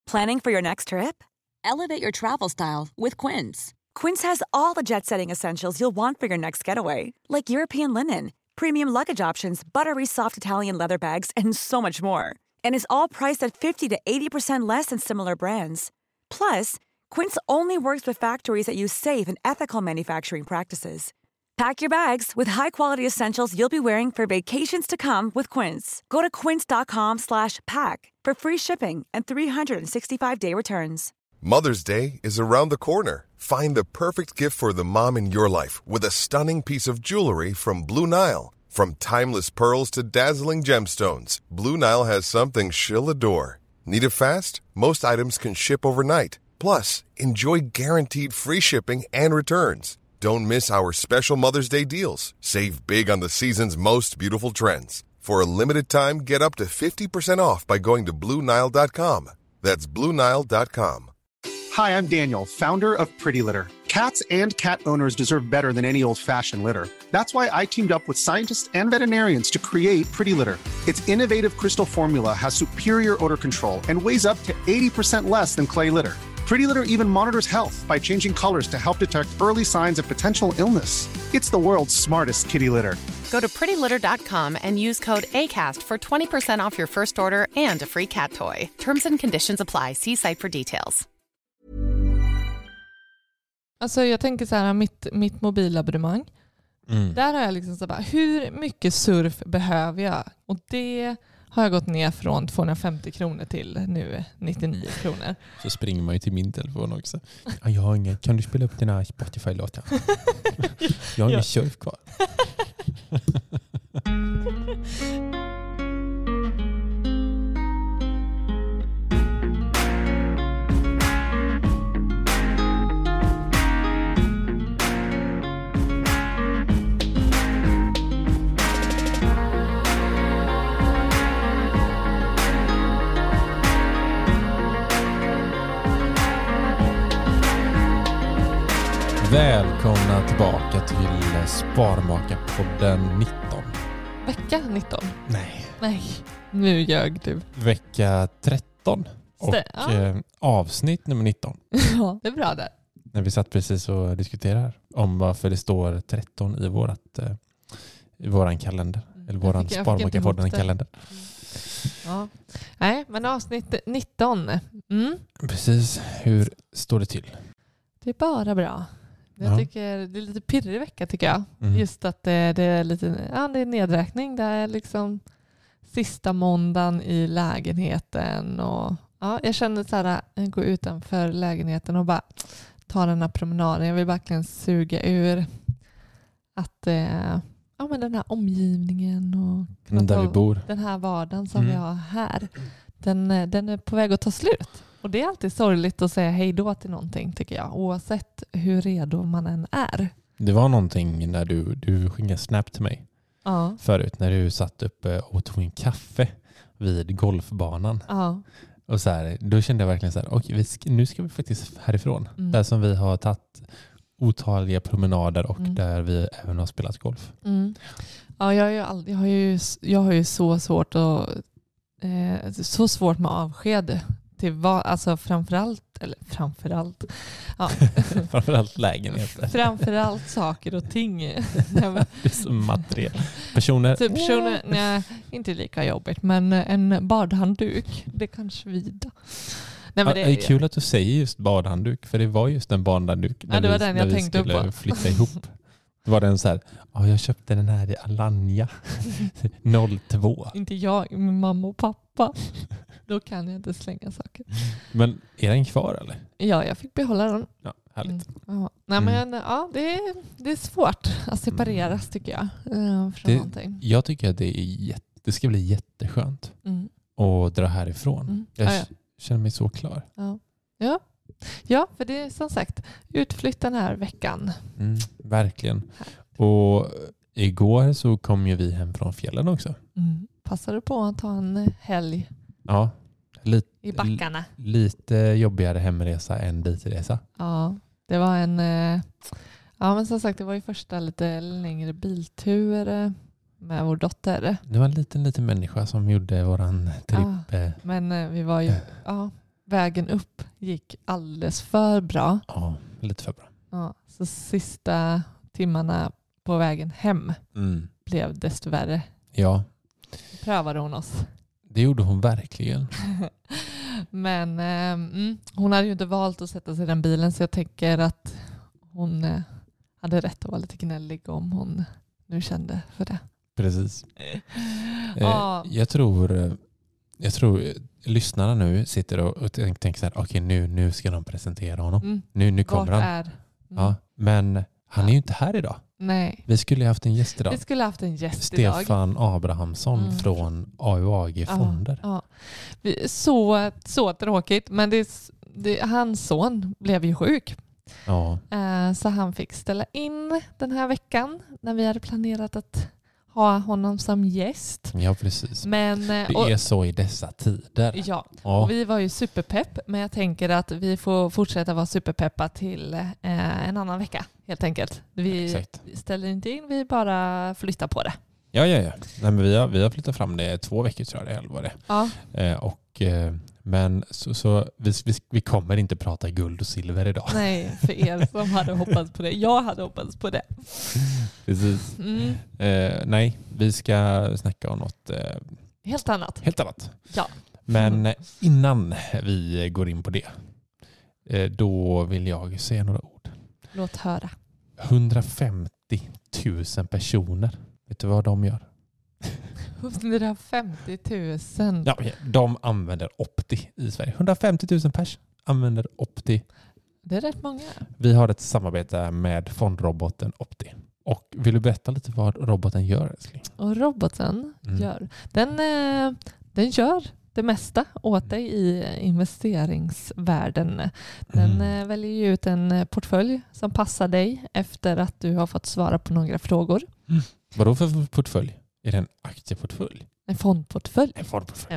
Planning for your next trip? Elevate your travel style with Quince. Quince has all the jet-setting essentials you'll want for your next getaway, like European linen, premium luggage options, buttery soft Italian leather bags, and so much more. And is all priced at 50 to 80% less than similar brands. Plus, Quince only works with factories that use safe and ethical manufacturing practices. Pack your bags with high-quality essentials you'll be wearing for vacations to come with Quince. Go to quince.com/pack for free shipping and 365-day returns. Mother's Day is around the corner. Find the perfect gift for the mom in your life with a stunning piece of jewelry from Blue Nile. From timeless pearls to dazzling gemstones, Blue Nile has something she'll adore. Need it fast? Most items can ship overnight. Plus, enjoy guaranteed free shipping and returns. Don't miss our special Mother's Day deals. Save big on the season's most beautiful trends. For a limited time, get up to 50% off by going to BlueNile.com. That's BlueNile.com. Hi, I'm Daniel, founder of Pretty Litter. Cats and cat owners deserve better than any old-fashioned litter. That's why I teamed up with scientists and veterinarians to create Pretty Litter. Its innovative crystal formula has superior odor control and weighs up to 80% less than clay litter. Pretty Litter even monitors health by changing colors to help detect early signs of potential illness. It's the world's smartest kitty litter. Go to prettylitter.com and use code ACAST for 20% off your first order and a free cat toy. Terms and conditions apply. See site for details. Alltså jag tänker så här, mitt mobilabonnemang. Där har jag liksom så bara, hur mycket surf behöver jag? Och det har jag gått ner från 250 kronor till nu 99 kronor. Så springer man ju till min telefon också. Jag har inga, kan du spela upp den här Spotify-låten? Jag har ingen surf kvar. Välkomna tillbaka till Sparmakarpodden 19. Vecka 19? Nej, nu ljög du. Vecka 13 och avsnitt nummer 19. Ja, det är bra där. När vi satt precis och diskuterade om varför det står 13 i våran kalender. Eller våran Sparmakarpodden-kalender. Ja. Nej, men avsnitt 19. Precis, hur står det till? Det är bara bra. Jag tycker det är lite pirrig vecka tycker jag. Just att det är lite det är nedräkning. Det är liksom sista måndagen i lägenheten. Och, jag känner så här, jag går utanför lägenheten och bara tar den här promenaden. Jag vill verkligen suga ur att men den här omgivningen och där vi bor. Den här vardagen som vi har här. Den är på väg att ta slut. Och det är alltid sorgligt att säga hej då till någonting tycker jag. Oavsett hur redo man än är. Det var någonting när du skickade snap till mig förut. När du satt uppe och tog en kaffe vid golfbanan. Ja. Och så här, då kände jag verkligen så här, nu ska vi faktiskt härifrån. Där som vi har tagit otaliga promenader och där vi även har spelat golf. Ja, jag har ju så svårt så svårt med avsked. Alltså framförallt lägenheter. Framförallt saker och ting. Det är som material. Personer. Nej, inte lika jobbigt. Men en badhandduk, det kanske vida. Nej, men det är kul att du säger just badhandduk. För det var just en badhandduk det var den jag tänkte på. När vi skulle flytta ihop. Det var den så här, jag köpte den här i Alanya 02. Inte jag, min mamma och pappa. Då kan jag inte slänga saker. Men är den kvar eller? Ja, jag fick behålla den. Ja, härligt. Nej, men det är svårt att separeras tycker jag. Från någonting. Jag tycker att det ska bli jätteskönt att dra härifrån. Jag känner mig så klar. Ja, för det är som sagt utflytt den här veckan. Verkligen. Och igår så kom ju vi hem från fjällen också. Passade på att ta en helg. Ja, i backarna. Lite jobbigare hemresa än bilresa. Ja, det var men som sagt det var ju första lite längre biltur med vår dotter. Det var en liten människa som gjorde våran tripp. Men vi var ju vägen upp gick alldeles för bra. Ja, lite för bra. Ja, så sista timmarna på vägen hem blev desto värre. Ja. Prövade hon oss. Det gjorde hon verkligen. Men hon hade ju inte valt att sätta sig i den bilen, så jag tänker att hon hade rätt att vara lite gnällig om hon nu kände för det. Precis. Jag tror lyssnarna nu sitter och tänker så här, okej, nu ska de presentera honom. Nu kommer han. Ja, men han är ju inte här idag. Nej. Vi skulle ha haft en gäst idag. Vi skulle ha haft en gäst Stefan idag. Abrahamsson från AUAG Fonder. Ja. Så tråkigt, men hans son blev ju sjuk. Ja. Så han fick ställa in den här veckan när vi hade planerat att ha honom som gäst. Ja, precis. Men, det är så i dessa tider. Ja, och vi var ju superpepp, men jag tänker att vi får fortsätta vara superpeppa till en annan vecka, helt enkelt. Vi ställer inte in, vi bara flyttar på det. Ja. Nej, men vi har flyttat fram det 2 veckor, tror jag det var det. Ja. Men så vi kommer inte prata guld och silver idag. Nej, för er som hade hoppats på det. Jag hade hoppats på det. Precis. Nej, vi ska snacka om något helt annat. Helt annat. Ja. Men innan vi går in på det, då vill jag säga några ord. Låt höra. 150 000 personer. Vet du vad de gör? 150 000. Ja, de använder Opti i Sverige. 150 000 pers använder Opti. Det är rätt många. Vi har ett samarbete med fondroboten Opti. Och vill du berätta lite vad roboten gör, älskling? Och roboten gör? Den gör det mesta åt dig i investeringsvärlden. Den väljer ju ut en portfölj som passar dig efter att du har fått svara på några frågor. Vadå för portfölj? Är det en aktieportfölj? En fondportfölj. En fondportfölj.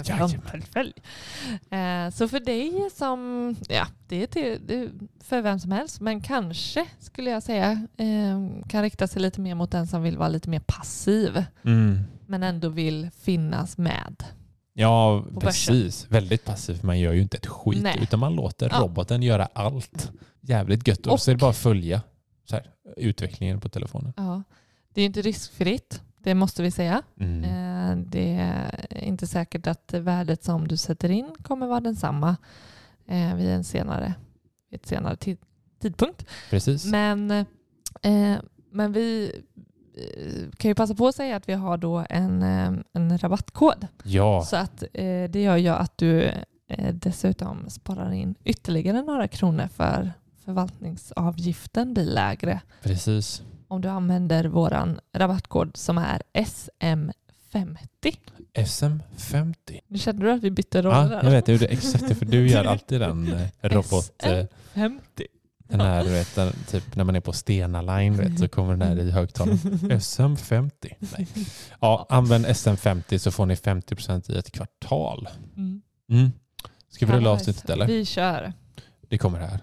Så för dig som, det är för vem som helst, men kanske skulle jag säga kan rikta sig lite mer mot den som vill vara lite mer passiv. Men ändå vill finnas med. Ja, precis. Väldigt passiv. Man gör ju inte ett skit. Nej. Utan man låter roboten göra allt. Jävligt gött. Och så är det bara att följa utvecklingen på telefonen. Ja. Det är inte riskfritt. Det måste vi säga. Det är inte säkert att värdet som du sätter in kommer vara densamma vid ett senare tidpunkt. Precis. Men vi kan ju passa på att säga att vi har då en rabattkod. Ja. Så att det gör ju att du dessutom sparar in ytterligare några kronor för förvaltningsavgiften blir lägre. Precis. Om du använder våran rabattkod som är SM50. SM50. Nu kände du att vi bytte roller där? Ja, jag vet. Det är exakt, för du gör alltid den robot... SM50. Den här, du vet, typ när man är på Stena Line, så kommer den här i högtalaren. SM50. Nej. Ja, använd SM50 så får ni 50% i ett kvartal. Ska vi rulla avsnittet eller? Vi kör. Det kommer här.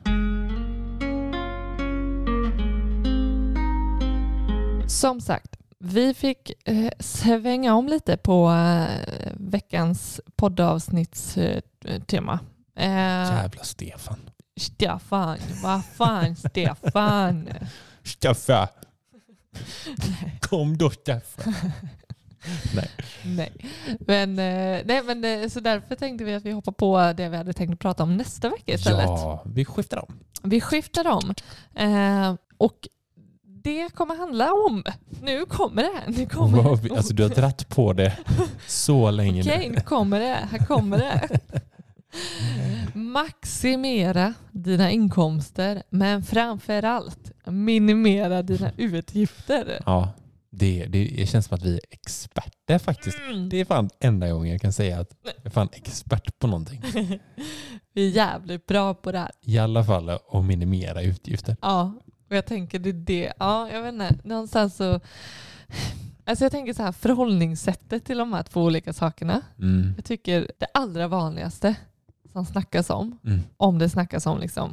Som sagt, vi fick svänga om lite på veckans poddavsnittstema. Jävla Stefan. Vad fan Stefan? Stefan. Kom då Stefan. Nej. Men så därför tänkte vi att vi hoppar på det vi hade tänkt att prata om nästa vecka istället. Ja, vi skiftar om. Och det kommer handla om. Nu kommer det. Wow, alltså du har dratt på det så länge. Okej, nu kommer det. Här kommer det. Maximera dina inkomster, men framförallt minimera dina utgifter. Ja, det känns som att vi är experter faktiskt. Det är fan enda gången jag kan säga att jag är fan expert på någonting. Vi är jävligt bra på det här. I alla fall att minimera utgifter. Ja, och jag tänker det. Ja, jag vet inte. Någonstans så... Alltså jag tänker så här, förhållningssättet till de här 2 olika sakerna. Jag tycker det allra vanligaste som snackas om det snackas om liksom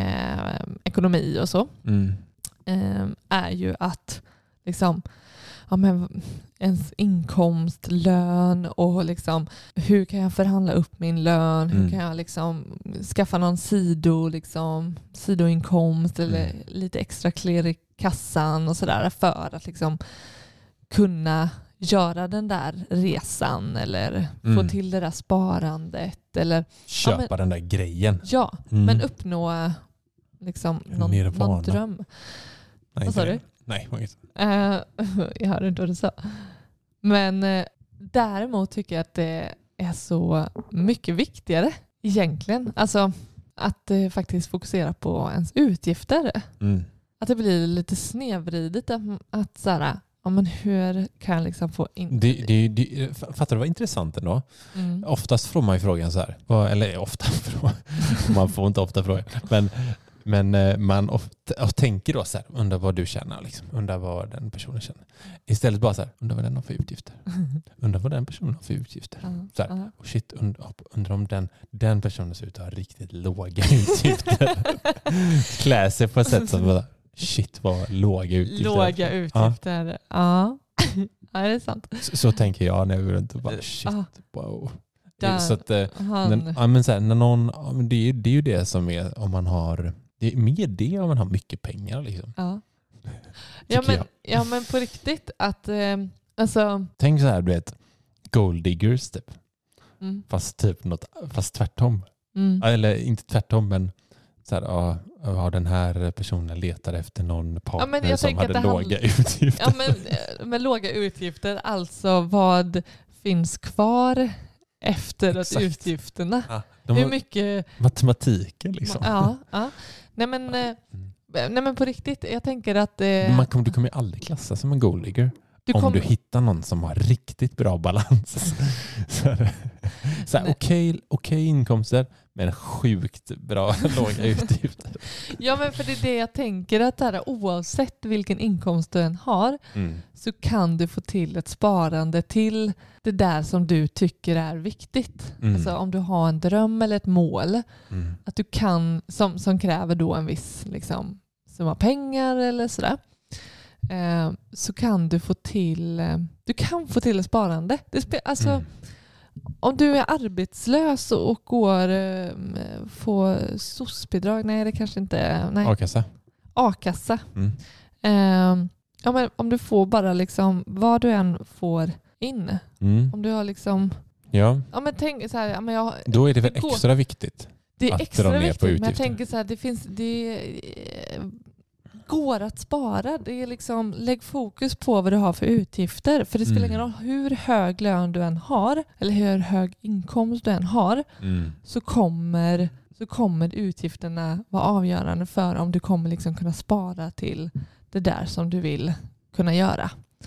ekonomi och så, är ju att liksom, ens inkomst, lön och liksom, hur kan jag förhandla upp min lön? Hur kan jag liksom skaffa någon sidoinkomst eller lite extra klirr i kassan och sådär för att liksom kunna göra den där resan eller få till det där sparandet eller köpa den där grejen. Ja, men uppnå liksom någon dröm. Nej, vad sa du? Nej, jag hörde inte vad du sa. Men däremot tycker jag att det är så mycket viktigare egentligen. Alltså att faktiskt fokusera på ens utgifter. Att det blir lite snedvridet att så här, men hur kan jag liksom få in... Fattar du vad intressant ändå? Oftast får man ju frågan så här. Eller ofta man får inte ofta frågan. Men man ofta tänker då så här, undrar vad du känner, liksom. Undrar vad den personen känner. Istället bara så här, undrar vad den har för utgifter. Undrar vad den personen har för utgifter. Så här, shit, undrar om den personen ser ut att ha riktigt låga utgifter. Klär sig på ett sätt som bara, shit, vad låga utgifter. Låga utgifter, ja. Ja, det är sant. Så tänker jag när jag går runt och bara, shit, wow. Så att, det är ju det som är om man har, det är mer det om man har mycket pengar liksom. Ja men på riktigt att alltså, tänk så här, du vet, gold diggers typ. Fast tvärtom. Eller inte tvärtom, men så här, den här personen letar efter någon partner som hade låga utgifter. Ja, men låga utgifter, alltså vad finns kvar efter att utgifterna. Hur mycket... Matematiken liksom. Ja. Nej men på riktigt, jag tänker att... Du kommer ju aldrig klassa som en gold digger. Om du hittar någon som har riktigt bra balans. så här, okej inkomster, men sjukt bra låga utgifter. Ja, men för det är det jag tänker, att här, oavsett vilken inkomst du än har så kan du få till ett sparande till det där som du tycker är viktigt. Alltså om du har en dröm eller ett mål, att du kan, som kräver då en viss liksom, summa pengar eller sådär. Så kan du få till ett sparande. Om du är arbetslös och får SOS-bidrag, nej det kanske inte, nej. A-kassa. Men om du får bara liksom vad du än får in. Om du har liksom men tänk så här, då är det väl extra viktigt. Det är att extra dra ner viktigt, på men utgifter. jag tänker så här, det går att spara. Det är liksom, lägg fokus på vad du har för utgifter. För det spelar ingen roll hur hög lön du än har eller hur hög inkomst du än har, så kommer utgifterna vara avgörande för om du kommer liksom kunna spara till det där som du vill kunna göra.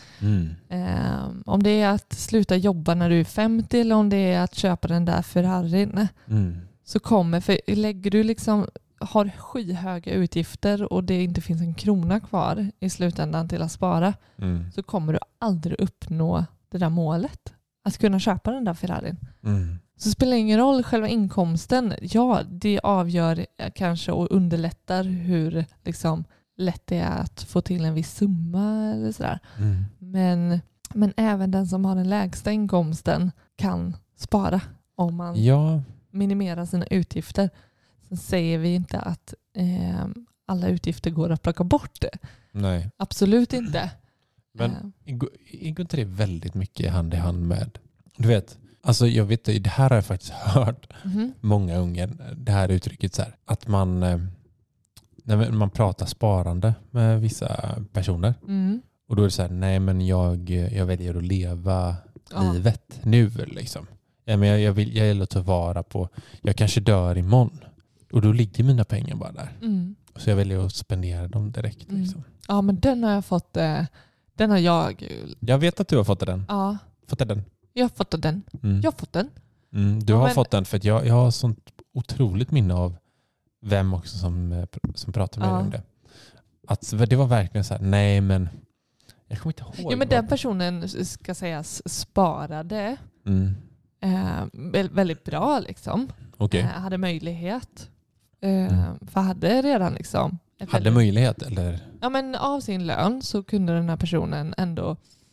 Om det är att sluta jobba när du är 50 eller om det är att köpa den där Ferrarin, så för lägger du liksom har skyhöga utgifter och det inte finns en krona kvar i slutändan till att spara, så kommer du aldrig uppnå det där målet. Att kunna köpa den där Ferrarin. Så spelar det ingen roll själva inkomsten. Ja, det avgör kanske och underlättar hur liksom lätt det är att få till en viss summa eller sådär. Men även den som har den lägsta inkomsten kan spara om man minimerar sina utgifter. Sen säger vi inte att alla utgifter går att plocka bort det. Nej. Absolut inte. Men går inte det väldigt mycket hand i hand med, du vet, alltså jag vet, det här har jag faktiskt hört många unga, det här uttrycket så här, att man när man pratar sparande med vissa personer och då är det så här, nej men jag väljer att leva livet nu liksom. Ja, men jag gillar att ta vara på, jag kanske dör imorgon. Och då ligger mina pengar bara där. Så jag väljer att spendera dem direkt. Liksom. Ja, men den har jag fått. Den har jag. Jag vet att du har fått den. Ja. Fått den? Jag har fått den. Jag har fått den. Du har fått den för att jag har sånt otroligt minne av vem också som pratar med dig om det. Att det var verkligen så här, nej men jag kommer inte ihåg. Ja, men den personen ska sägas sparade. Väldigt bra liksom. Okay. Hade möjlighet. För hade redan liksom... Hade möjlighet eller? Ja, men av sin lön så kunde den här personen ändå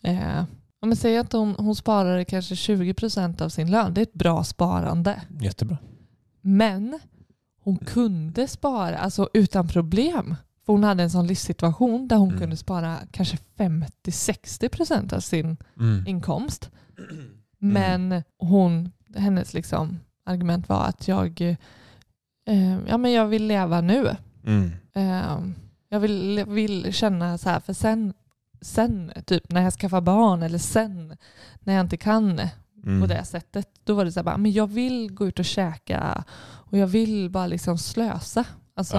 Men säg att hon sparar kanske 20% av sin lön. Det är ett bra sparande. Jättebra. Men hon kunde spara alltså utan problem. För hon hade en sån livssituation där hon kunde spara kanske 50-60% av sin inkomst. Men hennes liksom argument var att jag vill leva nu. Jag vill känna så här, för sen typ när jag skaffar barn eller sen när jag inte kan på det sättet, då var det så här, men jag vill gå ut och käka och jag vill bara liksom slösa. Alltså,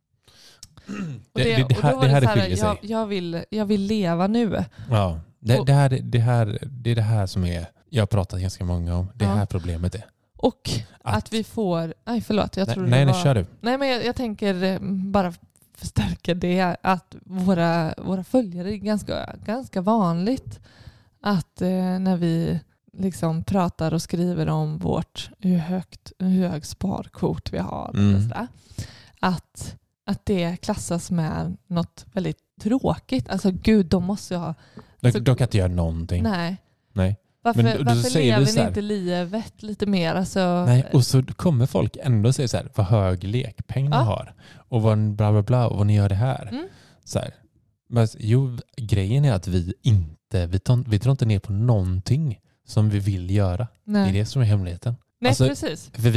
det här skiljer sig. Jag vill leva nu. Ja, det är det här som är, jag har pratat ganska många om, det här problemet är. Och att vi får, nej förlåt, jag tror nej, kör du. Nej, men jag tänker bara förstärka det, att våra följare är ganska vanligt att när vi liksom pratar och skriver om hur hög sparkvot vi har och sådär, att det klassas med något väldigt tråkigt. Alltså gud, de måste ju ha... De kan inte göra någonting. Nej. Varför lever ni inte livet lite mer? Alltså... Nej, och så kommer folk ändå säga så här, vad hög lekpeng ni har. Och vad bla bla bla, och vad ni gör det här. Så här. Men, grejen är att vi drar inte ner på någonting som vi vill göra. Nej. Det är det som är hemligheten. Nej, alltså, precis. För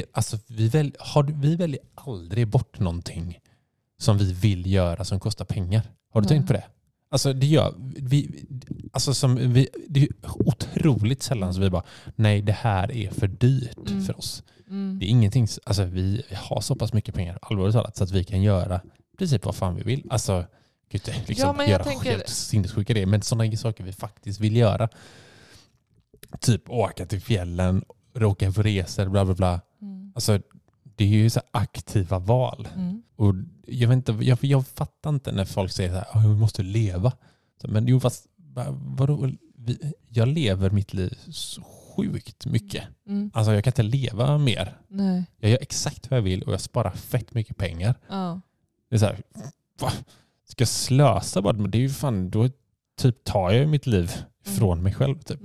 vi väljer aldrig bort någonting som vi vill göra som kostar pengar. Har du tänkt på det? Alltså det gör vi, det är otroligt sällan så vi bara, nej, det här är för dyrt för oss. Det är ingenting, alltså vi har så pass mycket pengar, allvarligt talat, så att vi kan göra precis vad fan vi vill. Alltså gud, liksom göra helt sinnessjuka det, men sådana saker vi faktiskt vill göra. Typ åka till fjällen, åka på resor, bla bla bla. Alltså det är ju så aktiva val. Och jag vet inte, jag fattar inte när folk säger så här, vi måste leva. Men jo, fast vadå? Jag lever mitt liv så sjukt mycket. Alltså jag kan inte leva mer. Nej. Jag gör exakt vad jag vill och jag sparar fett mycket pengar. Det är så här, ska jag slösa bara? Det är ju fan, då typ tar jag mitt liv från mig själv typ.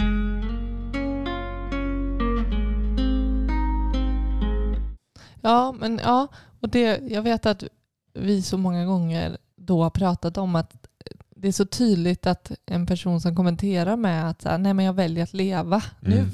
Ja, men och jag vet att vi så många gånger då har pratat om att det är så tydligt att en person som kommenterar med att nej, men jag väljer att leva nu.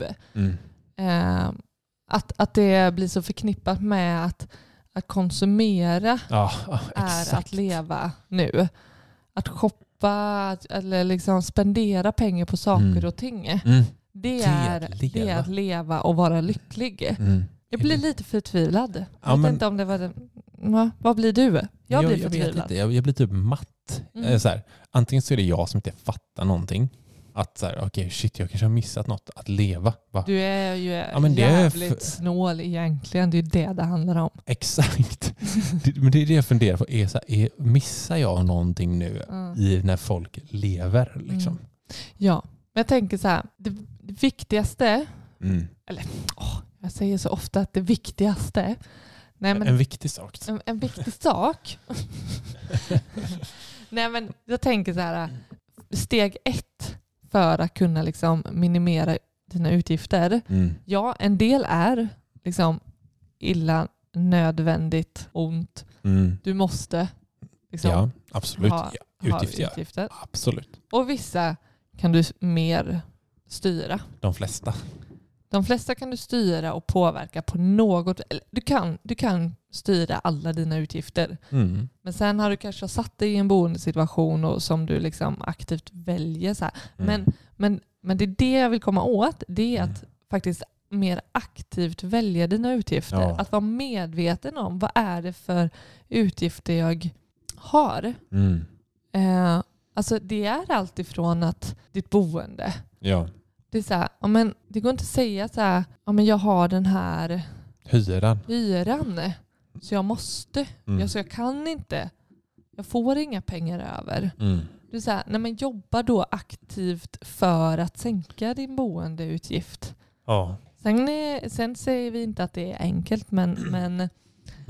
Att det blir så förknippat med att konsumera är att leva nu. Att shoppa eller liksom spendera pengar på saker och ting. Det är att leva och vara lycklig. Jag blir lite förtvivlad. Jag vet inte om det var det. Vad blir du? Jag blir förtvivlad. Vet inte. Jag blir typ matt. Så här, antingen så är det jag som inte fattar någonting. Att så här, okej, shit, jag kanske har missat något. Att leva. Du är ju jävligt snål egentligen. Det är det handlar om. Exakt. Men det är det jag funderar på. Missar jag någonting nu när folk lever? Liksom? Ja, men jag tänker så här. Det viktigaste... Eller... jag säger så ofta att det viktigaste... Nej, men, en viktig sak. En viktig sak. Nej, men jag tänker så här. Steg 1 för att kunna liksom minimera dina utgifter. Ja, en del är liksom illa, nödvändigt, ont. Du måste liksom absolut. ha utgifter. Ja, absolut. Och vissa kan du mer styra. De flesta kan du styra och påverka på något. Du kan styra alla dina utgifter. Men sen har du kanske satt dig i en boendesituation och som du liksom aktivt väljer. Så här. Men det är det jag vill komma åt. Det är att faktiskt mer aktivt välja dina utgifter. Ja. Att vara medveten om vad är det för utgifter jag har. Alltså det är allt ifrån att ditt boende... Ja. Det är så här, men det går inte att säga så här, men jag har den här hyran så jag måste, jag kan inte, jag får inga pengar över. Det är så här, nej, men jobba då aktivt för att sänka din boendeutgift. Ja. Sen säger vi inte att det är enkelt, men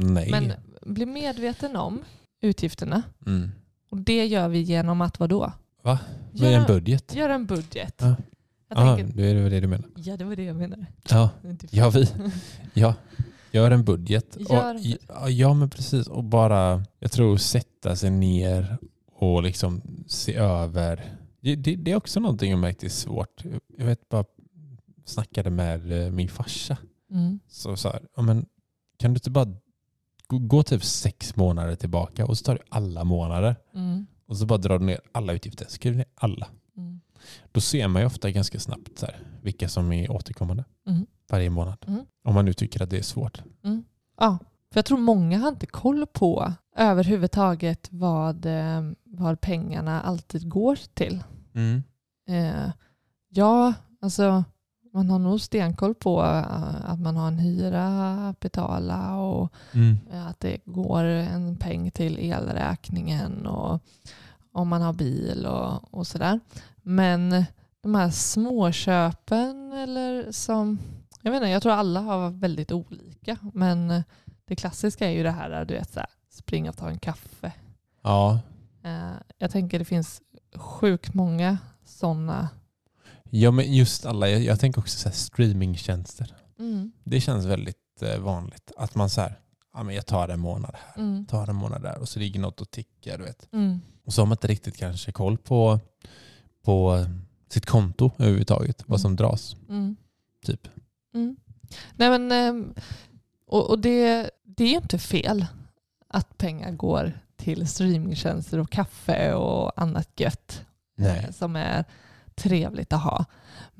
bli medveten om utgifterna. Och det gör vi genom att vadå? Va? Med en budget? Gör en budget. Ja. Det var det du menar. Ja, det var det jag menade. Ja, gör en budget. Ja, men precis. Och bara, jag tror, sätta sig ner och liksom se över. Det är också någonting jag märkte är svårt. Jag vet bara, snackade med min farsa. Så här, men kan du inte bara gå typ 6 månader tillbaka och så tar du alla månader. Och så bara drar du ner alla utgifter. Skriv ner alla. Då ser man ju ofta ganska snabbt så här, vilka som är återkommande varje månad. Om man nu tycker att det är svårt. Ja, för jag tror många har inte koll på överhuvudtaget vad pengarna alltid går till. Ja, alltså man har nog stenkoll på att man har en hyra att betala och att det går en peng till elräkningen och om man har bil och sådär. Men de här småköpen eller som, jag vet inte, jag tror alla har väldigt olika. Men det klassiska är ju det här, du vet, så här, springa och ta en kaffe. Ja. Jag tänker det finns sjukt många sådana. Ja, men just alla, jag tänker också så här, streamingtjänster. Det känns väldigt vanligt. Att man så här, ja, men jag tar en månad här, tar en månad där och så ligger något och tickar, du vet. Och så har man inte riktigt kanske koll på sitt konto överhuvudtaget, vad som dras. Typ. Nej, men och det är ju inte fel att pengar går till streamingtjänster och kaffe och annat gött. Som är trevligt att ha.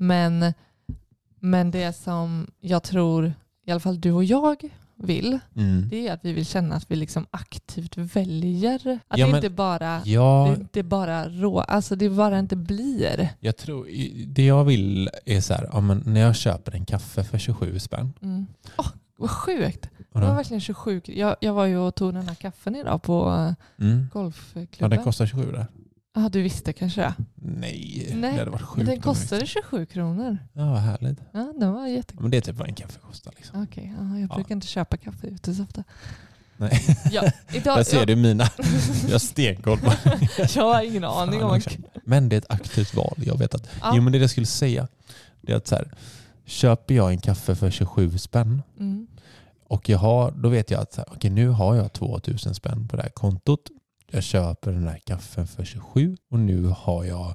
Men det som jag tror i alla fall du och jag vill, det är att vi vill känna att vi liksom aktivt väljer. Att det inte bara alltså det bara inte blir. Jag tror, det jag vill är så här, men när jag köper en kaffe för 27 spänn. Vad sjukt. Det var verkligen 27. Jag var ju och tog den här kaffen idag på golfklubben. Ja, den kostar 27 där. Ja, du visste kanske. Nej, det hade varit sjukt. Den kostade 27 kronor. Ja, vad härligt. Ja, den var jättekul. Men det är typ vad en kaffe kostar. Liksom. Okej, jag brukar inte köpa kaffe ute så ofta. Nej. Ja, Där ser du mina. Jag har stenkoll på. Jag har ingen aning om. Men det är ett aktivt val. Jag vet att. Ja. Jo, men det jag skulle säga, det är att så här, köper jag en kaffe för 27 spänn och då vet jag att så här, okej, nu har jag 2000 spänn på det här kontot. Jag köper den här kaffen för 27 och nu har jag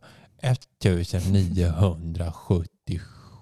1970.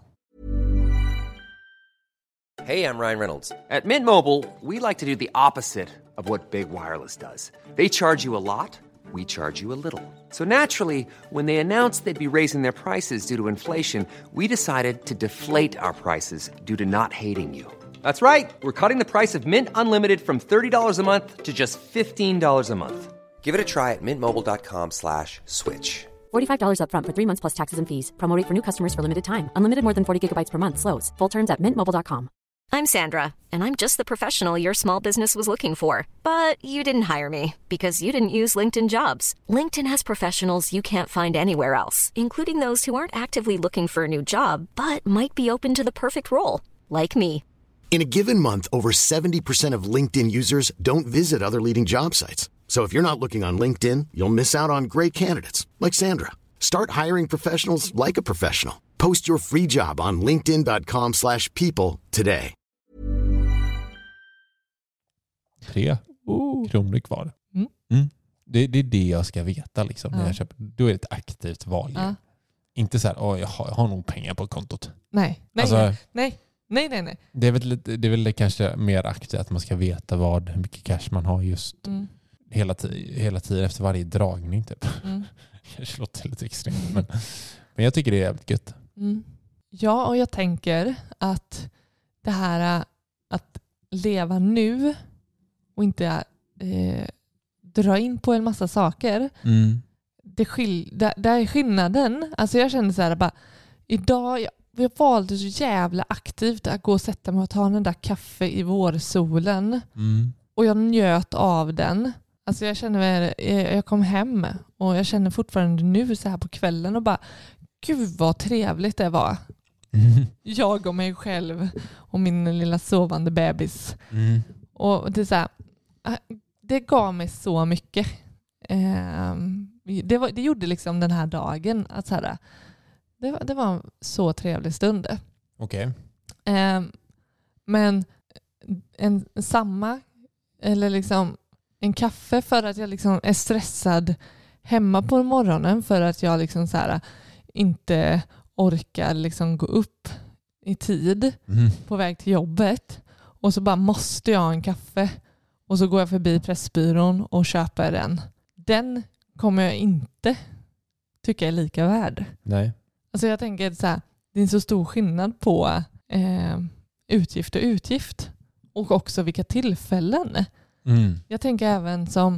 Hey, I'm Ryan Reynolds. At Mint Mobile, we like to do the opposite of what Big Wireless does. They charge you a lot, we charge you a little. So naturally, when they announced they'd be raising their prices due to inflation, we decided to deflate our prices due to not hating you. That's right. We're cutting the price of Mint Unlimited from $30 a month to just $15 a month. Give it a try at mintmobile.com/switch. $45 up front for 3 months plus taxes and fees. Promo rate for new customers for limited time. Unlimited more than 40 gigabytes per month. Slows full terms at mintmobile.com. I'm Sandra, and I'm just the professional your small business was looking for. But you didn't hire me because you didn't use LinkedIn Jobs. LinkedIn has professionals you can't find anywhere else, including those who aren't actively looking for a new job, but might be open to the perfect role, like me. In a given month, over 70% of LinkedIn users don't visit other leading job sites. So if you're not looking on LinkedIn, you'll miss out on great candidates like Sandra. Start hiring professionals like a professional. Post your free job on linkedin.com/people today. 3 kronor kvar. Det är det jag ska veta liksom, när jag köper. Då är det ett aktivt val. Inte så här, jag har nog pengar på kontot. Nej. Det är väl kanske mer aktivt att man ska veta hur mycket cash man har just hela tiden efter varje dragning typ. Det låter lite extremt, men jag tycker det är jävligt gött. Ja, och jag tänker att det här att leva nu och inte dra in på en massa saker, där är skillnaden. Alltså jag känner så här, bara idag, jag valde så jävla aktivt att gå och sätta mig och ta den där kaffe i vårsolen. Och jag njöt av den. Alltså jag kom hem och jag känner fortfarande nu så här på kvällen och bara, gud vad trevligt det var. Jag och mig själv och min lilla sovande bebis. Och det är så här, det gav mig så mycket. det gjorde liksom den här dagen att så här, det var en så trevlig stund. Okej. Men eller liksom en kaffe för att jag liksom är stressad hemma på morgonen för att jag liksom så här inte orkar liksom gå upp i tid på väg till jobbet och så bara måste jag ha en kaffe och så går jag förbi Pressbyrån och köper den. Den kommer jag inte tycka är lika värd. Nej. Alltså jag tänker så här, det är en så stor skillnad på utgift och utgift och också vilka tillfällen. Jag tänker även som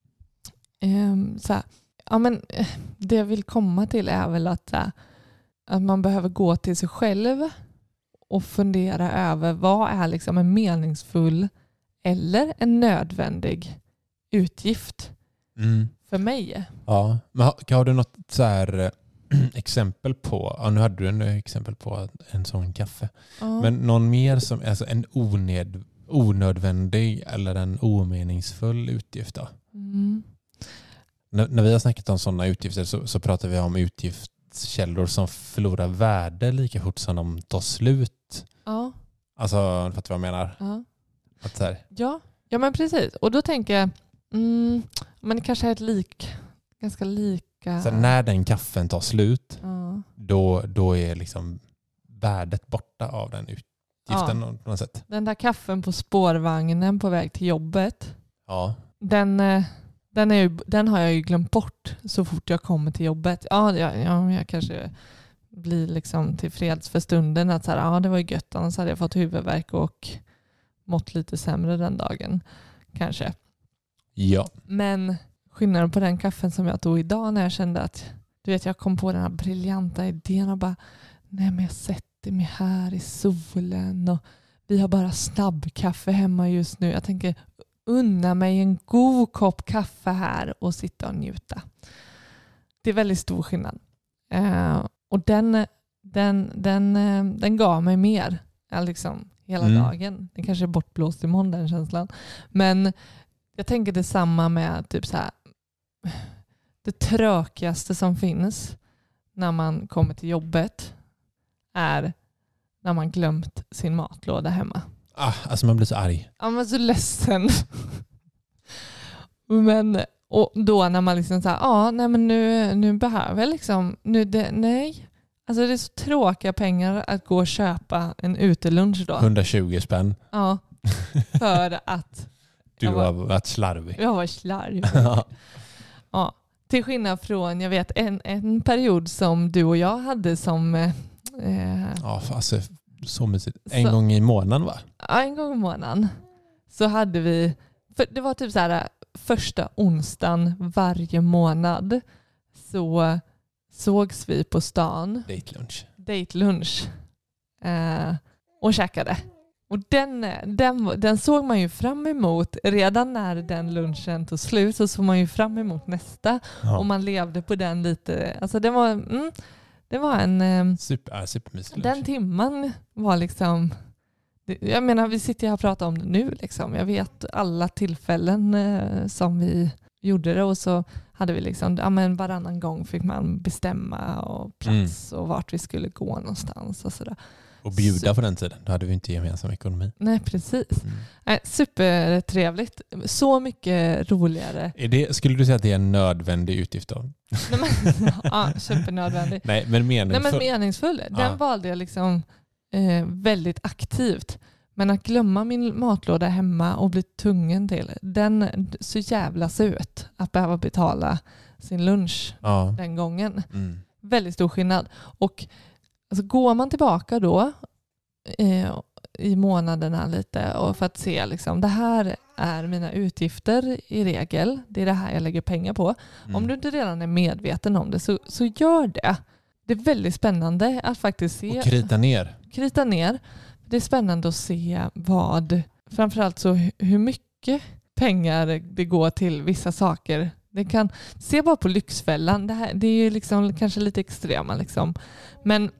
så här, ja men det jag vill komma till är väl att man behöver gå till sig själv och fundera över vad är liksom en meningsfull eller en nödvändig utgift för mig. Ja, men har du något så här exempel på, nu hade du en exempel på en sån kaffe, men någon mer som alltså en onödvändig eller en omeningsfull utgift då? När vi har snackat om sådana utgifter så pratar vi om utgiftskällor som förlorar värde lika fort som de tar slut. Ja. Alltså, fattar du vad jag menar? Ja. Att så här. Ja, men precis. Och då tänker jag, men det kanske är ganska lika. Så när den kaffen tar slut, då är liksom värdet borta av den utgiften på något sätt. Den där kaffen på spårvagnen på väg till jobbet, den har jag ju glömt bort så fort jag kommer till jobbet. Jag kanske blir liksom tillfreds för stunden att så här, det var ju gött, annars hade jag fått huvudvärk och mått lite sämre den dagen kanske. Ja. Men skillnaden på den kaffen som jag tog idag när jag kände att jag kom på den här briljanta idén och bara, nej men jag sätter mig här i solen och vi har bara snabbkaffe hemma just nu. Jag tänker unna mig en god kopp kaffe här och sitta och njuta. Det är väldigt stor skillnad. Och den gav mig mer liksom hela dagen. Den kanske är bortblåst imorgon, den känslan. Men jag tänker detsamma med typ så här, det tråkigaste som finns när man kommer till jobbet är när man glömt sin matlåda hemma. Alltså man blir så arg. Ja, man är så ledsen. Men och då när man liksom så här, nej men nu behöver jag liksom nej. Alltså det är så tråkiga pengar att gå och köpa en utelunch då. 120 spänn. Ja. För att du har varit slarvig. Jag var slarvig. Ja. Till skillnad från, jag vet, en period som du och jag hade som alltså så mysigt. En gång i månaden, va? Ja, en gång i månaden. Så hade vi, för det var typ så här första onsdagen varje månad så sågs vi på stan. Date lunch. Och käkade. Och den såg man ju fram emot. Redan när den lunchen tog slut så såg man ju fram emot nästa. Och man levde på den lite. Alltså det var en supermysig lunch. Den timman var liksom, jag menar vi sitter här och pratar om det nu liksom. Jag vet alla tillfällen som vi gjorde det och så hade vi liksom, varannan gång fick man bestämma och plats och vart vi skulle gå någonstans och sådär. Och bjuda på den tiden, då hade vi inte gemensam ekonomi. Nej, precis. Supertrevligt. Så mycket roligare. Skulle du säga att det är en nödvändig utgift då? Ja, supernödvändig. Nej, men meningsfull. Den valde jag liksom väldigt aktivt. Men att glömma min matlåda hemma och bli tvungen till den så jävla söt att behöva betala sin lunch den gången. Väldigt stor skillnad. Och alltså, går man tillbaka då i månaderna lite och för att se liksom, det här är mina utgifter i regel. Det är det här jag lägger pengar på. Om du inte redan är medveten om det så gör det. Det är väldigt spännande att faktiskt se. Och krita ner. Det är spännande att se framförallt så hur mycket pengar det går till vissa saker. Det kan se bara på Lyxfällan. Det är ju liksom kanske lite extrema liksom. Men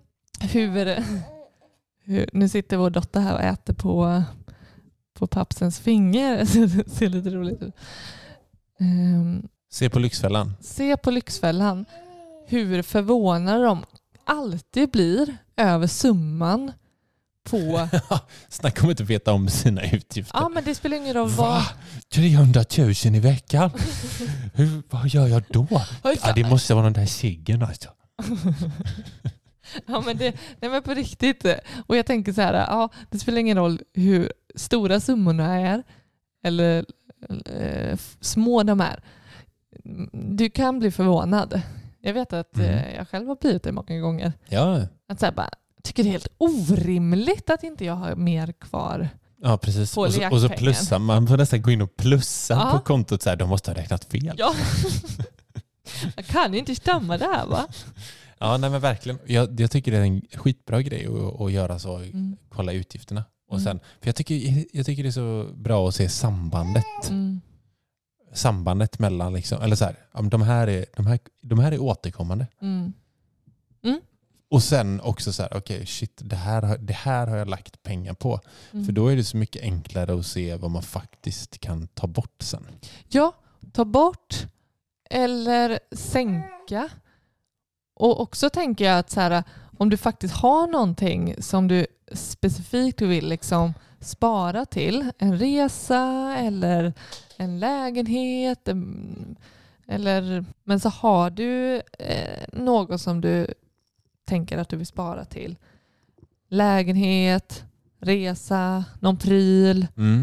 nu sitter vår dotter här och äter på pappsens finger. Det ser lite roligt ut. Se på Lyxfällan. Se på Lyxfällan hur förvånade de alltid blir över summan på... Snacka om att inte veta om sina utgifter. Ja, men det spelar ingen roll vad... 300 000 i veckan? Vad gör jag då? Ja, det måste vara den där ciggen alltså. Ja, men på riktigt. Och jag tänker så här, ja, det spelar ingen roll hur stora summorna är eller små de är. Du kan bli förvånad. Jag vet att jag själv har blivit det många gånger. Ja. Att så här bara, tycker det är helt orimligt att inte jag har mer kvar. Ja, precis. Och så plussar man. Får nästan gå in och plussa på kontot. Så här, de måste ha räknat fel. Ja. Jag kan inte stämma det här, va? Ja, nej men verkligen. Jag tycker det är en skitbra grej att göra så. Kolla utgifterna. Och sen, för jag tycker det är så bra att se sambandet. Sambandet mellan liksom, eller så här, de här är återkommande. Och sen också så här, okej, shit, det här har jag lagt pengar på. För då är det så mycket enklare att se vad man faktiskt kan ta bort sen. Ja, ta bort eller sänka. Och också tänker jag att så här, om du faktiskt har någonting som du specifikt vill liksom spara till, en resa eller en lägenhet, men så har du något som du tänker att du vill spara till. Lägenhet, resa, någon pryl.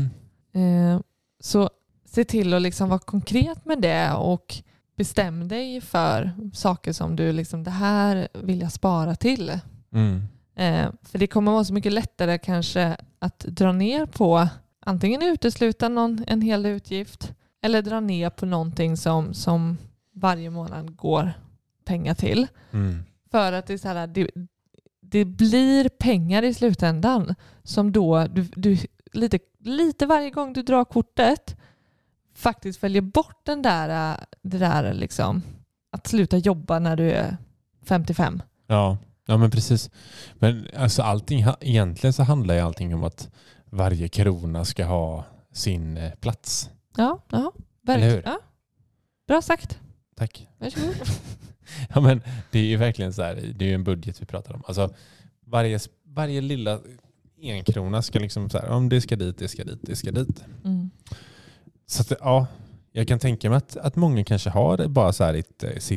Så se till att liksom vara konkret med det och bestäm dig för saker som du liksom, det här vill jag spara till. För det kommer vara så mycket lättare kanske att dra ner på, antingen utesluta en hel utgift eller dra ner på någonting som varje månad går pengar till. För att det är så här, det blir pengar i slutändan som då du lite varje gång du drar kortet faktiskt väljer bort det där liksom, att sluta jobba när du är 55. Ja, men precis. Men alltså egentligen så handlar ju allting om att varje krona ska ha sin plats. Ja, verkligen. Ja. Bra sagt. Tack. Varsågod. Ja, men det är ju verkligen så här, det är ju en budget vi pratar om. Alltså varje lilla enkrona ska liksom så här, om det ska dit, det ska dit, det ska dit. Så att, ja, jag kan tänka mig att många kanske har bara så här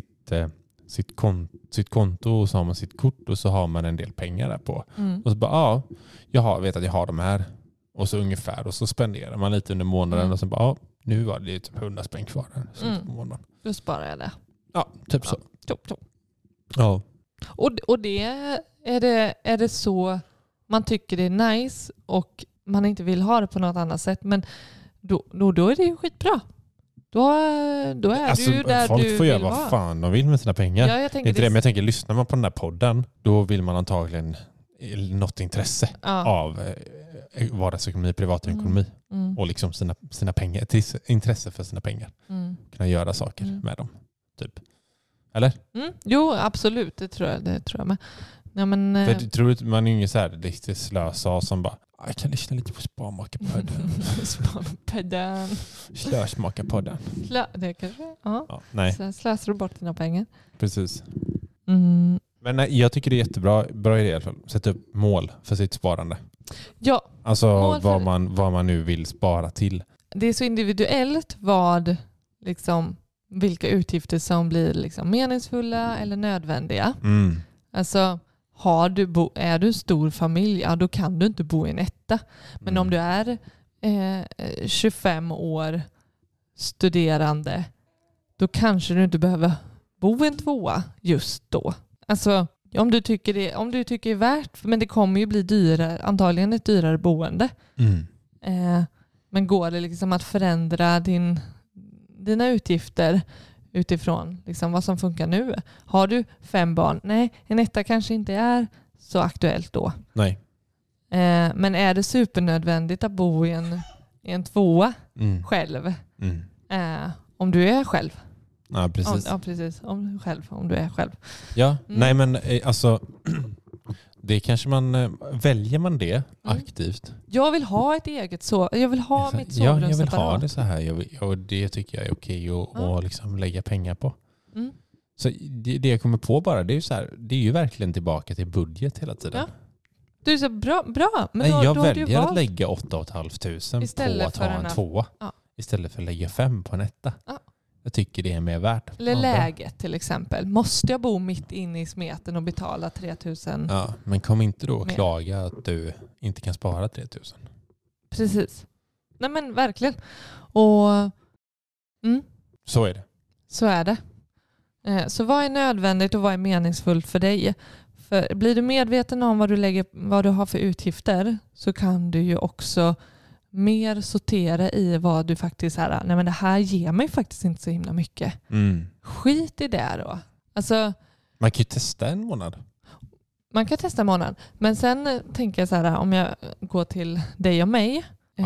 sitt konto och så har man sitt kort och så har man en del pengar där på. Och så bara, jag vet att jag har de här. Och så ungefär, och så spenderar man lite under månaden och så bara, nu var det typ 100 spänn kvar här på månaden. Då sparar jag det. Ja, typ så. Ja. Och det är det så man tycker det är nice och man inte vill ha det på något annat sätt, men då är det ju skitbra. Då är alltså, du där folk du får göra vill vad vara. fan de vill med sina pengar. Ja, jag tänker inte det, men jag tänker, lyssnar man på den där podden, då vill man antagligen något intresse av vardagsekonomi, privatekonomi och liksom sina pengar, ett intresse för sina pengar. Kunna göra saker med dem. Typ. Eller? Jo, absolut. Det tror jag med. Ja, men, för du tror att man är ingen så här lite slösa som bara, jag kan lyssna lite på Sparmakarpodden. Sparmakarpodden. Slösmakarpodden. Det kanske? Ja. Nej. Så slösar du bort dina pengar. Precis. Men nej, jag tycker det är bra idé i alla fall. Sätta upp mål för sitt sparande. Ja. Alltså vad man nu vill spara till. Det är så individuellt vilka utgifter som blir liksom meningsfulla eller nödvändiga. Alltså är du stor familj, då kan du inte bo i en etta. Men om du är 25 år studerande, då kanske du inte behöver bo i en tvåa just då. Alltså om du tycker det är värt, men det kommer ju bli dyrare, antagligen ett dyrare boende. Men går det liksom att förändra dina utgifter utifrån liksom vad som funkar nu? Har du 5 barn? Nej, en etta kanske inte är så aktuellt då. Nej. Men är det supernödvändigt att bo i en tvåa själv? Om du är själv? Ja, precis. Precis. Om du är själv. Ja, nej men alltså Det kanske väljer man det aktivt. Jag vill ha ett eget jag vill ha mitt sovrum jag vill separat. ha det så här. Och det tycker jag är okej att liksom lägga pengar på. Mm. Så det jag kommer på bara, det är ju så här, det är ju verkligen tillbaka till budget hela tiden. Ja. Du är så bra. Men nej, då, jag då väljer att lägga 8 500 istället på att ha en 2 istället för att lägga 5 på en 1. Ja. Jag tycker det är mer värt. Eller läget till exempel. Måste jag bo mitt inne i smeten och betala 3 000? Ja, men kom inte då och klaga att du inte kan spara 3 000. Precis. Nej men verkligen. Och så är det. Så är det. Så vad är nödvändigt och vad är meningsfullt för dig? För blir du medveten om vad du har för utgifter så kan du ju också mer sortera i vad du faktiskt nej men det här ger mig faktiskt inte så himla mycket. Skit i det då. Alltså, man kan ju testa en månad. Man kan testa en månad. Men sen tänker jag så här, om jag går till dig och mig.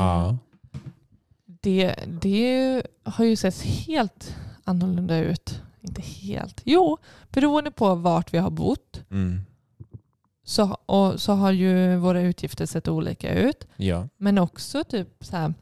Det har ju sett helt annorlunda ut. Inte helt. Jo, beroende på vart vi har bott. Så har ju våra utgifter sett olika ut. Ja. Men också typ så här.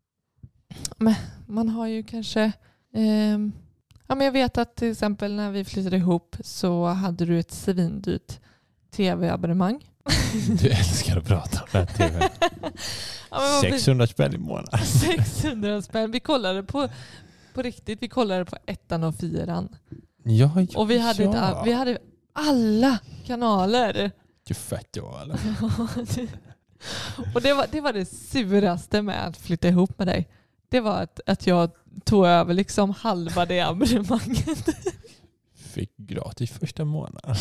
Man har ju kanske... men jag vet att till exempel när vi flyttade ihop så hade du ett svindyrt tv-abonnemang. Du älskar att prata om det här tv. 600 spänn i månaden. 600 spänn. Vi kollade på riktigt. Vi kollade på 1 och 4. Ja. Och vi hade alla kanaler. Fett eller? Och det var det suraste med att flytta ihop med dig. Det var att jag tog över liksom halva det abonnemanget. Fick gratis första månaden.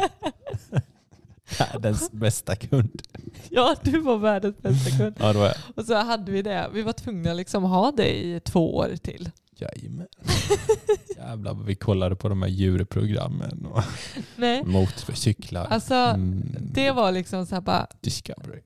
Världens bästa kund. Ja, du var världens bästa kund. Ja, det var jag. Och så hade vi det. Vi var tvungna liksom ha det i 2 år till. Jajamän. Jävlar vad vi kollade på de här djurprogrammen och motorcyklar. Alltså, det var liksom så här bara... Discovery.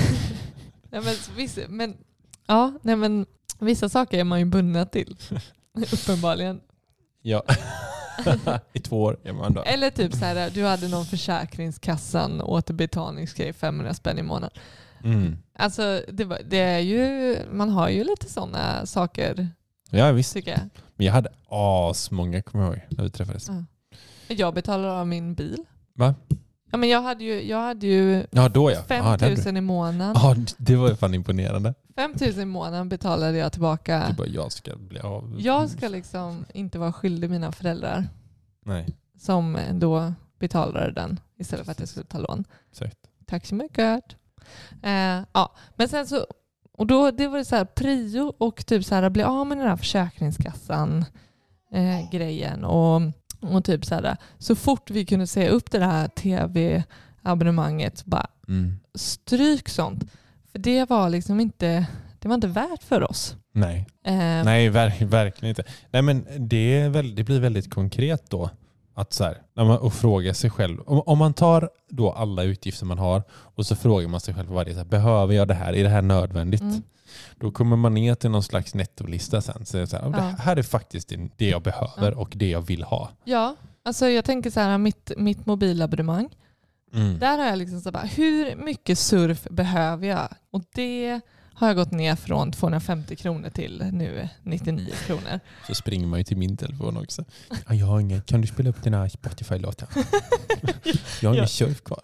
men vissa saker är man ju bunden till. Uppenbarligen. Ja. I 2 år är man då. Eller typ så här, du hade någon Försäkringskassan återbetalningsgrej 500 spänn i månaden. Alltså, det är ju... Man har ju lite sådana saker... Ja, visst. Tycker jag. Men jag hade många, kommer jag ihåg, när vi träffades. Jag betalade av min bil. Va? Ja, men jag hade ju 5 000 i månaden. Ja, det var fan imponerande. 5 000 i månaden betalade jag tillbaka. Du bara, jag ska bli av. Jag ska liksom inte vara skyldig mina föräldrar. Nej. Som då betalade den istället för att jag skulle ta lån. Sätt. Tack så mycket. Men sen så... Och då det var det så här prio och typ så här bli av med den här Försäkringskassan grejen och typ så här så fort vi kunde se upp det här tv-abonnemanget bara stryk sånt. För det var liksom inte värt för oss. Nej. Nej, verkligen inte. Nej, men det blir väldigt konkret då. Att så här, och fråga sig själv. Om man tar då alla utgifter man har och så frågar man sig själv varje så här, behöver jag det här? Är det här nödvändigt? Då kommer man ner till någon slags nettolista sen. Så det här är faktiskt det jag behöver och det jag vill ha. Ja, alltså jag tänker så här, mitt mobilabonnemang. Där har jag liksom så bara, hur mycket surf behöver jag? Och det har jag gått ner från 250 kronor till nu 99 kronor. Så springer man ju till min telefon också. Jag har inget. Kan du spela upp den här Spotify-låten? Jag har ingen surf kvar.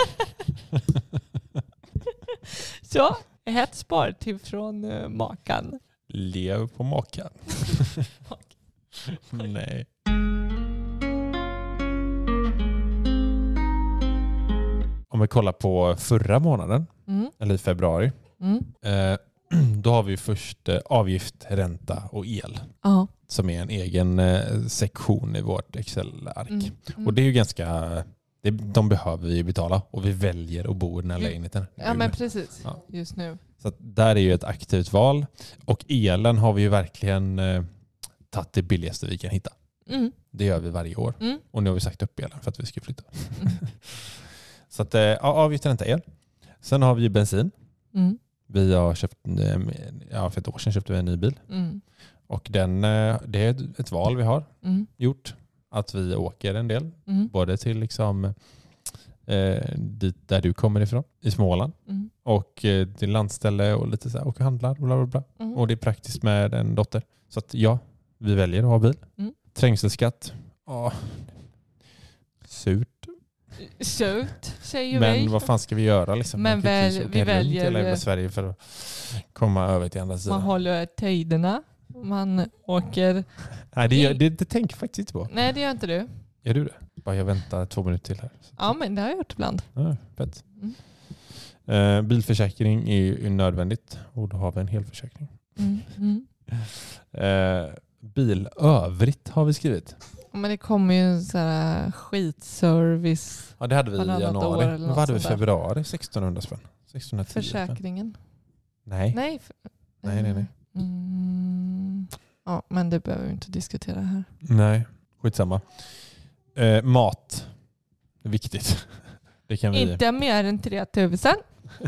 Så, ett spartips från makan. Lev på makan. Nej. Om vi kollar på förra månaden, eller i februari, då har vi först avgift, ränta och el. Som är en egen sektion i vårt Excel-ark. Och det är ju ganska... De behöver vi betala och vi väljer att bo i den här lägenheten. Ja, men precis. Ja. Just nu. Så att där är ju ett aktivt val. Och elen har vi ju verkligen tagit det billigaste vi kan hitta. Det gör vi varje år. Och nu har vi sagt upp elen för att vi ska flytta. Så att avgift, ränta, el. Sen har vi bensin. Vi har köpt, för ett år sedan köpte vi en ny bil. Och det är ett val vi har gjort. Att vi åker en del. Både till liksom dit där du kommer ifrån, i Småland. Och till landställe och lite så här, och handlar, bla bla bla. Och det är praktiskt med en dotter. Så att ja, vi väljer att ha bil. Trängselskatt. Surt, säger men vi. vad fan ska vi göra liksom? Men vi väljer hela Sverige för att komma över till andra sidan. Man håller tiderna. Man åker... Nej, det tänker jag faktiskt inte på. Nej, det gör inte du. Gör du det? Bara jag väntar 2 minuter till här. Ja, men det har jag gjort ibland. Ja, fett. Bilförsäkring är ju nödvändigt. Och då har vi en helförsäkring. Bil övrigt har vi skrivit. Men det kommer ju en sån här skitservice. Ja, det hade vi i januari. Vad hade vi i februari? 1600 spänn. 1610. Försäkringen. Nej. Nej. Ja, men det behöver vi inte diskutera här. Nej, skitsamma. Mat. Det är viktigt. Det kan vi... Inte mer än 3000.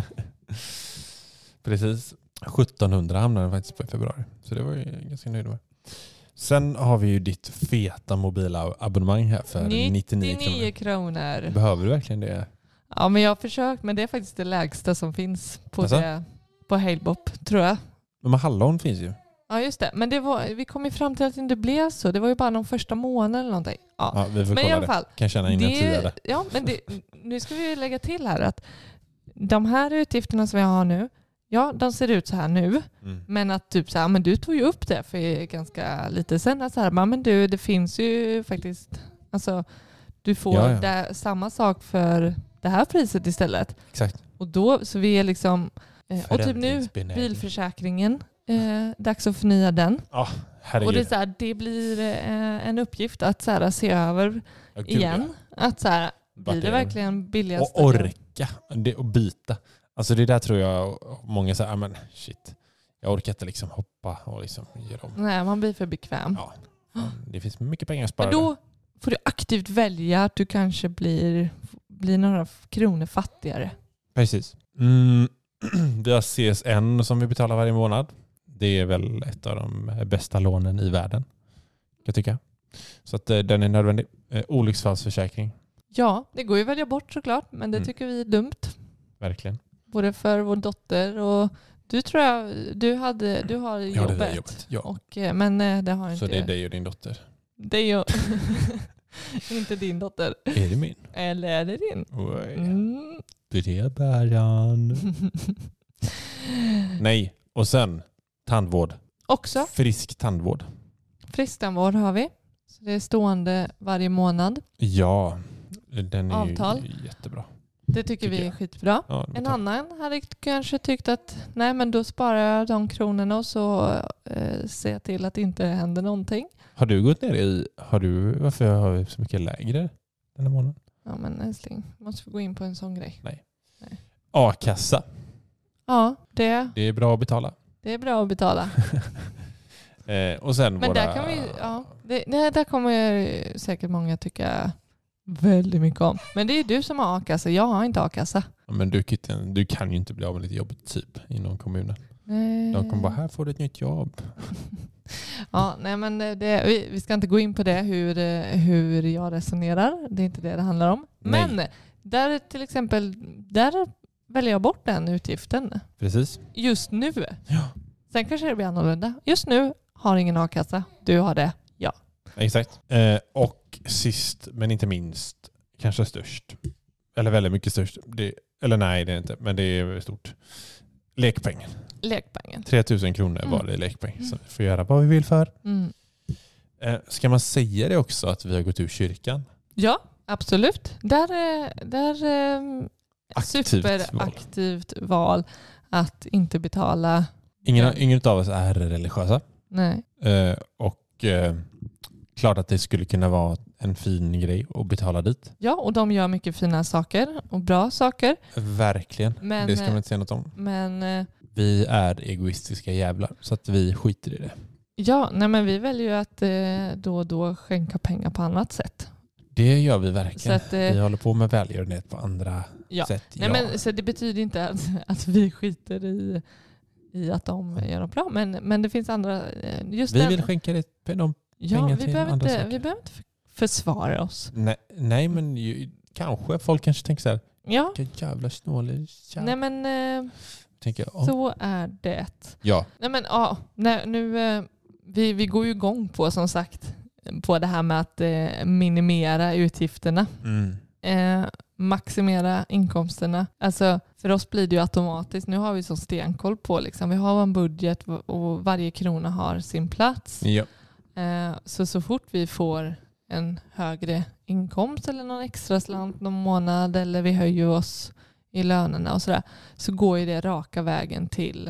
Precis. 1700 hamnade faktiskt på i februari. Så det var ju ganska nöjd med. Sen har vi ju ditt feta mobila abonnemang här för 99 kronor. Behöver du verkligen det? Ja, men jag har försökt, men det är faktiskt det lägsta som finns på Halebop, tror jag. Men hallon finns ju. Ja, just det. Men vi kom ju fram till att det inte blev så. Det var ju bara någon första månaden eller någonting. Ja, vi får kolla i alla fall, det. Kan känna in en tidigare. Ja, men nu ska vi lägga till här att de här utgifterna som jag har nu, ja, de ser ut så här nu. Men att typ så här, men du tog ju upp det för ganska lite sen. Så här, men du, det finns ju faktiskt, alltså du får samma sak för det här priset istället. Exakt. Och då, så vi är liksom, och typ nu, bilförsäkringen, dags att förnya den. Herregud. Och det är så här, det blir en uppgift att så här, se över igen. Att så här, blir det verkligen billigast? Och orka och byta. Alltså det där tror jag många säger, men shit, jag orkar inte liksom hoppa och liksom göra om. Nej, man blir för bekväm. Ja, det finns mycket pengar att spara. Men då får du aktivt välja att du kanske blir några kronor fattigare. Precis. Vi har CSN som vi betalar varje månad. Det är väl ett av de bästa lånen i världen, kan jag tycka. Så att den är nödvändig. Olycksfallsförsäkring. Ja, det går ju att välja bort såklart, men det tycker vi är dumt. Verkligen. Både för vår dotter och du tror jag, du har jobbet. Ja, det är jobbet. Ja. Men det har inte. Så det är dig och din dotter? Det är ju inte din dotter. Är det min? Eller är det din? Brevbäraren. Nej, och sen tandvård. Också? Frisk tandvård. Frisk tandvård har vi. Så det är stående varje månad. Ja, den är avtal. Ju jättebra. Det tycker vi är skitbra. Ja, en annan hade kanske tyckt att nej, men då sparar jag de kronorna och så ser jag till att det inte händer någonting. Har du gått ner i... Varför har vi så mycket lägre den här månaden? Ja, men älskling, måste vi gå in på en sån grej? Nej. A-kassa. Ja, det är bra att betala. Det är bra att betala. Och sen men där kan vi... där kommer säkert många tycka väldigt mycket om. Men det är du som har a-kassa. Jag har inte a-kassa. Ja, men du kan ju inte bli av med ditt jobb typ inom kommunen. Nej. De kommer bara, här får du ett nytt jobb. Ja, nej, men vi ska inte gå in på det, hur jag resonerar. Det är inte det handlar om. Nej. Men där till exempel, där väljer jag bort den utgiften. Precis. Just nu. Ja. Sen kanske det blir annorlunda. Just nu har ingen a-kassa. Du har det. Ja. Exakt. Och sist men inte minst, kanske störst. Eller väldigt mycket störst. Eller nej, det är inte. Men det är stort. Lekpengen. 3000 kronor var det i lekpeng. Så vi får göra vad vi vill för. Ska man säga det också att vi har gått ur kyrkan? Ja, absolut. Där superaktivt val att inte betala. Ingen av oss är religiösa. Nej. Och klart att det skulle kunna vara en fin grej att betala dit. Ja, och de gör mycket fina saker och bra saker. Verkligen. Men, det ska man inte säga något om. Men vi är egoistiska jävlar så att vi skiter i det. Ja, nej, men vi väljer ju att då och då skänka pengar på annat sätt. Det gör vi verkligen. Så att, vi håller på med välgörenhet på andra sätt. Nej, men, så det betyder inte att vi skiter i att de gör något bra. Men det finns andra... Just vi vill skänka de pengar till andra saker. Vi behöver inte försvara oss. Nej, men kanske folk tänker så här, ja. Vilka jävla snålig. Nej men tänker, så är det. Ja. Nej men vi går ju igång på, som sagt, på det här med att minimera utgifterna. Maximera inkomsterna. Alltså för oss blir det ju automatiskt. Nu har vi så stenkoll på liksom. Vi har en budget och varje krona har sin plats. Ja. Så fort vi får en högre inkomst eller någon extra slant någon månad eller vi höjer oss i lönerna och sådär, så går ju det raka vägen till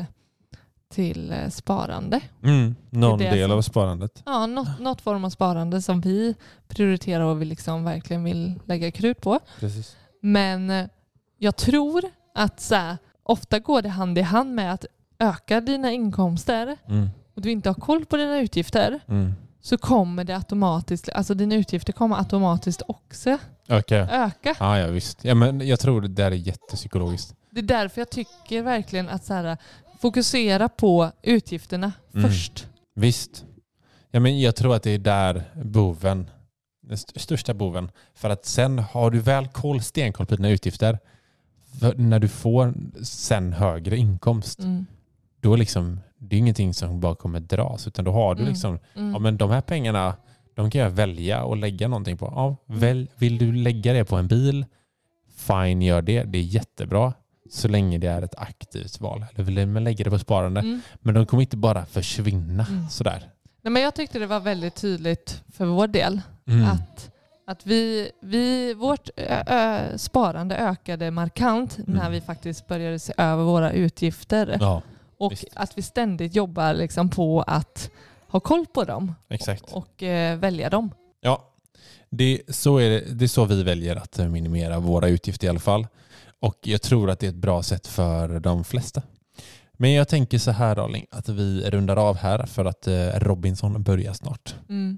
sparande. Någon del av sparandet. Ja, något form av sparande som vi prioriterar och vi liksom verkligen vill lägga krut på. Precis. Men jag tror att så här, ofta går det hand i hand med att öka dina inkomster och du inte har koll på dina utgifter, så kommer det automatiskt, alltså dina utgifter kommer automatiskt också öka. Ja, visst. Ja, men jag tror det där är jättepsykologiskt. Det är därför jag tycker verkligen att så här, fokusera på utgifterna först. Visst. Ja, men jag tror att det är där den största boven. För att sen har du väl stenkoll på dina utgifter. När du får sen högre inkomst, då liksom, det är ingenting som bara kommer dras. Utan då har du liksom, ja men de här pengarna, de kan jag välja och lägga någonting på. Ja, vill du lägga det på en bil? Fine, gör det. Det är jättebra. Så länge det är ett aktivt val. Eller vill man lägga det på sparande. Men de kommer inte bara försvinna sådär. Nej, men jag tyckte det var väldigt tydligt för vår del att vårt sparande ökade markant när vi faktiskt började se över våra utgifter. Ja, och visst. Att vi ständigt jobbar liksom på att ha koll på dem. Exakt. Och välja dem. Ja, det är så vi väljer att minimera våra utgifter i alla fall. Och jag tror att det är ett bra sätt för de flesta. Men jag tänker så här, Darling, att vi rundar av här för att Robinson börjar snart.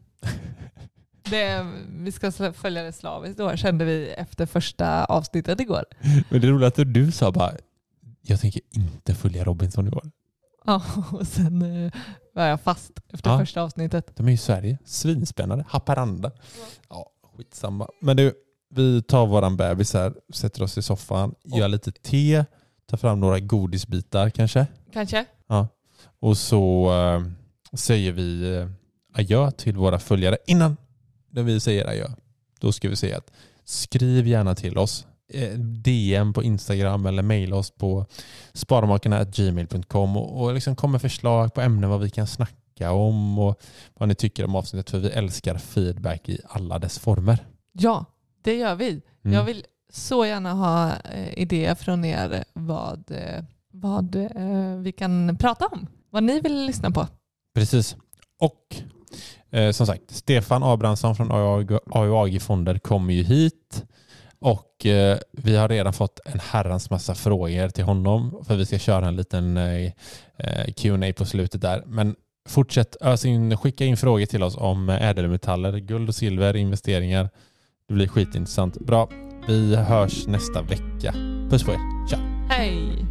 Vi ska följa det slaviskt då, kände vi efter första avsnittet igår. Men det är roligt att du sa bara, jag tänker inte följa Robinson igår. Ja, och sen var jag fast efter första avsnittet. De är ju i Sverige, svinspännande, Haparanda. Ja, skitsamma. Men du, vi tar våran bebis här, sätter oss i soffan, gör lite te, tar fram några godisbitar kanske. Kanske. Ja. Och så säger vi adjö till våra följare. Innan vi säger adjö, då ska vi säga att skriv gärna till oss. DM på Instagram eller mejla oss på sparmakarna@gmail.com och liksom kom med förslag på ämnen vad vi kan snacka om och vad ni tycker om avsnittet, för vi älskar feedback i alla dess former. Ja, det gör vi. Jag vill så gärna ha idéer från er vad vi kan prata om. Vad ni vill lyssna på. Precis. Och som sagt, Stefan Abrahamsson från AUAG-fonder kommer ju hit. Och vi har redan fått en herrans massa frågor till honom. För vi ska köra en liten Q&A på slutet där. Men fortsätt skicka in frågor till oss om ädelmetaller, guld och silver, investeringar. Det blir skitintressant. Bra, vi hörs nästa vecka. Puss på er. Tja. Hej!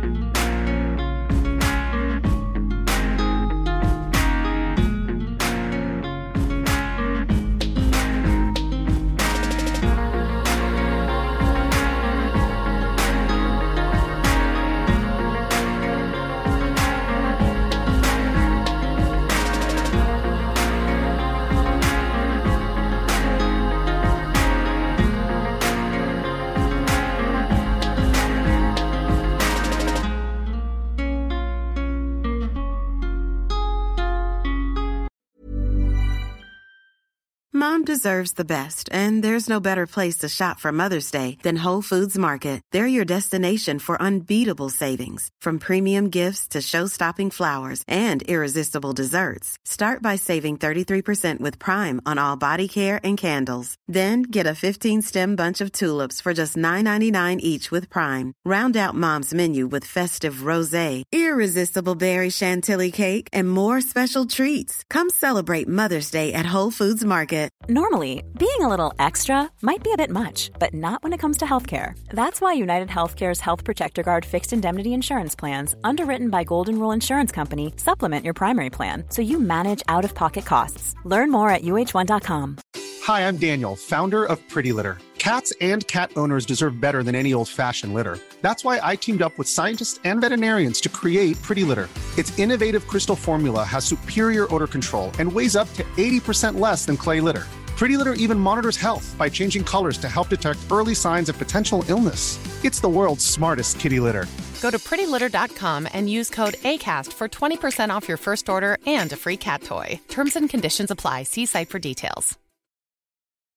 Mom deserves the best, and there's no better place to shop for Mother's Day than Whole Foods Market. They're your destination for unbeatable savings, from premium gifts to show-stopping flowers and irresistible desserts. Start by saving 33% with Prime on all body care and candles. Then get a 15-stem bunch of tulips for just $9.99 each with Prime. Round out Mom's menu with festive rosé, irresistible berry chantilly cake, and more special treats. Come celebrate Mother's Day at Whole Foods Market. Normally, being a little extra might be a bit much, but not when it comes to healthcare. That's why United Healthcare's Health Protector Guard fixed indemnity insurance plans, underwritten by Golden Rule Insurance Company, supplement your primary plan so you manage out-of-pocket costs. Learn more at uh1.com. Hi, I'm Daniel, founder of Pretty Litter. Cats and cat owners deserve better than any old-fashioned litter. That's why I teamed up with scientists and veterinarians to create Pretty Litter. Its innovative crystal formula has superior odor control and weighs up to 80% less than clay litter. Pretty Litter even monitors health by changing colors to help detect early signs of potential illness. It's the world's smartest kitty litter. Go to prettylitter.com and use code ACAST for 20% off your first order and a free cat toy. Terms and conditions apply. See site for details.